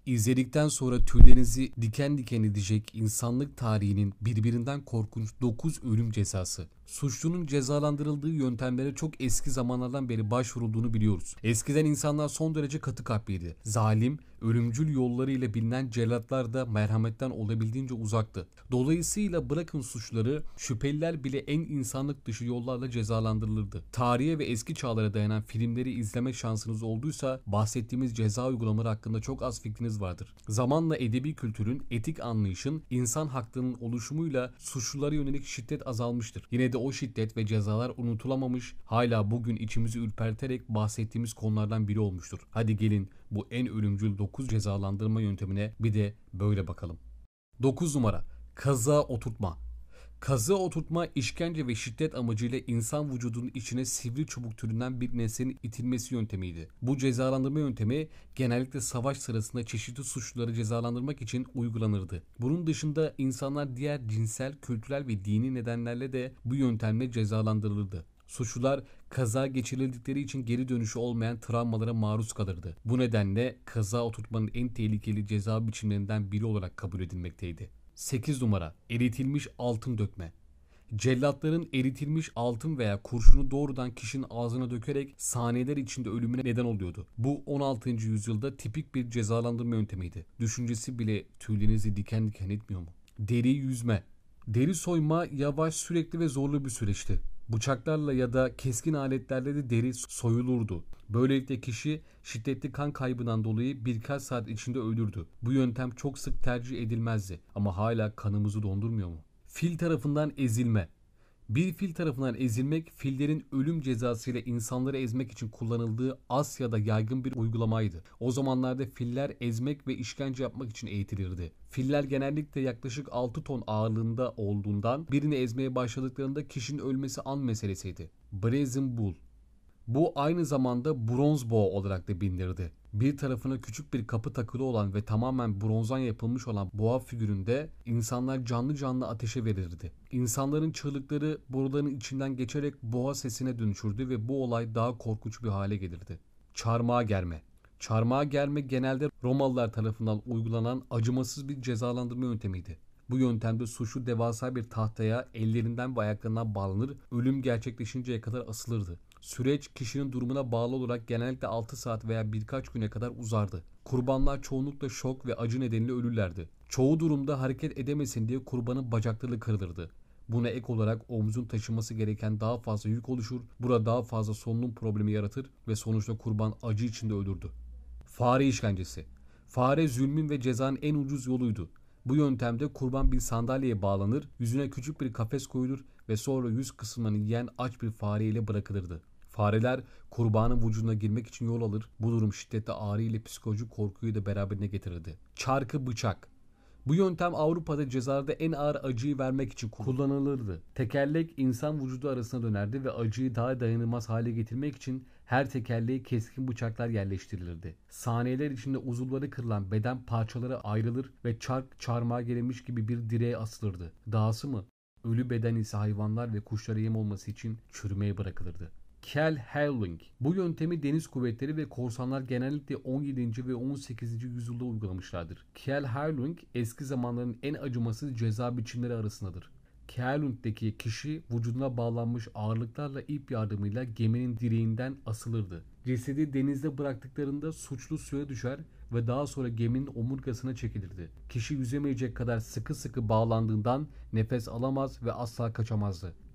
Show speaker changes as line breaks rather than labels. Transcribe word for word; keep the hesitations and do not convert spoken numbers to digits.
İzledikten sonra tüylerinizi diken diken edecek insanlık tarihinin birbirinden korkunç dokuz ölüm cezası. Suçlunun cezalandırıldığı yöntemlere çok eski zamanlardan beri başvurulduğunu biliyoruz. Eskiden insanlar son derece katı kalpliydi. Zalim, ölümcül yollarıyla bilinen cellatlar da merhametten olabildiğince uzaktı. Dolayısıyla bırakın suçları, şüpheliler bile en insanlık dışı yollarla cezalandırılırdı. Tarihe ve eski çağlara dayanan filmleri izleme şansınız olduysa bahsettiğimiz ceza uygulamaları hakkında çok az fikriniz vardır. Zamanla edebi kültürün, etik anlayışın, insan haklarının oluşumuyla suçlulara yönelik şiddet azalmıştır. Yine de o şiddet ve cezalar unutulamamış, hala bugün içimizi ürperterek bahsettiğimiz konulardan biri olmuştur. Hadi gelin bu en ölümcül dokuz cezalandırma yöntemine bir de böyle bakalım. dokuz numara. Kazığa oturtma. Kazığa oturtma, işkence ve şiddet amacıyla insan vücudunun içine sivri çubuk türünden bir nesnenin itilmesi yöntemiydi. Bu cezalandırma yöntemi genellikle savaş sırasında çeşitli suçluları cezalandırmak için uygulanırdı. Bunun dışında insanlar diğer cinsel, kültürel ve dini nedenlerle de bu yöntemle cezalandırılırdı. Suçlular kaza geçirildikleri için geri dönüşü olmayan travmalara maruz kalırdı. Bu nedenle kaza oturtmanın en tehlikeli ceza biçimlerinden biri olarak kabul edilmekteydi. sekiz numara. Eritilmiş altın dökme. Cellatların eritilmiş altın veya kurşunu doğrudan kişinin ağzına dökerek saniyeler içinde ölümüne neden oluyordu. Bu on altıncı yüzyılda tipik bir cezalandırma yöntemiydi. Düşüncesi bile tüylerinizi diken diken etmiyor mu? Deri yüzme. Deri soyma yavaş, sürekli ve zorlu bir süreçti. Bıçaklarla ya da keskin aletlerle de deri soyulurdu. Böylelikle kişi şiddetli kan kaybından dolayı birkaç saat içinde ölürdü. Bu yöntem çok sık tercih edilmezdi ama hala kanımızı dondurmuyor mu? Fil tarafından ezilme. Bir fil tarafından ezilmek, fillerin ölüm cezasıyla insanları ezmek için kullanıldığı Asya'da yaygın bir uygulamaydı. O zamanlarda filler ezmek ve işkence yapmak için eğitilirdi. Filler genellikle yaklaşık altı ton ağırlığında olduğundan birini ezmeye başladıklarında kişinin ölmesi an meselesiydi. Brazen Bull. Bu aynı zamanda bronz boğa olarak da bilinirdi. Bir tarafına küçük bir kapı takılı olan ve tamamen bronzdan yapılmış olan boğa figüründe insanlar canlı canlı ateşe verilirdi. İnsanların çığlıkları boruların içinden geçerek boğa sesine dönüşürdü ve bu olay daha korkunç bir hale gelirdi. Çarmıha germe. Çarmıha germe genelde Romalılar tarafından uygulanan acımasız bir cezalandırma yöntemiydi. Bu yöntemde suçlu devasa bir tahtaya ellerinden ve ayaklarından bağlanır, ölüm gerçekleşinceye kadar asılırdı. Süreç kişinin durumuna bağlı olarak genellikle altı saat veya birkaç güne kadar uzardı. Kurbanlar çoğunlukla şok ve acı nedeniyle ölürlerdi. Çoğu durumda hareket edemesin diye kurbanın bacakları kırılırdı. Buna ek olarak omzun taşıması gereken daha fazla yük oluşur, burada daha fazla solunum problemi yaratır ve sonuçta kurban acı içinde ölürdü. Fare işkencesi. Fare zulmün ve cezanın en ucuz yoluydu. Bu yöntemde kurban bir sandalyeye bağlanır, yüzüne küçük bir kafes koyulur ve sonra yüz kısımlarını yiyen aç bir fare ile bırakılırdı. Fareler kurbanın vücuduna girmek için yol alır. Bu durum şiddetli ağrı ile psikolojik korkuyu da beraberine getirirdi. Çarkı bıçak. Bu yöntem Avrupa'da cezalarda en ağır acıyı vermek için kullanılırdı. Tekerlek insan vücudu arasına dönerdi ve acıyı daha dayanılmaz hale getirmek için her tekerleğe keskin bıçaklar yerleştirilirdi. Saniyeler içinde uzuvları kırılan beden parçalara ayrılır ve çark çarmıha gerilmiş gibi bir direğe asılırdı. Dahası mı? Ölü beden ise hayvanlar ve kuşlara yem olması için çürümeye bırakılırdı. Kehlhauling. Bu yöntemi deniz kuvvetleri ve korsanlar genellikle on yedinci ve on sekizinci yüzyılda uygulamışlardır. Kehlhauling eski zamanların en acımasız ceza biçimleri arasındadır. Kehlhauling'deki kişi vücuduna bağlanmış ağırlıklarla ip yardımıyla geminin direğinden asılırdı. Cesedi denizde bıraktıklarında suçlu suya düşer ve daha sonra geminin omurgasına çekilirdi. Kişi yüzemeyecek kadar sıkı sıkı bağlandığından nefes alamaz ve asla kaçamazdı.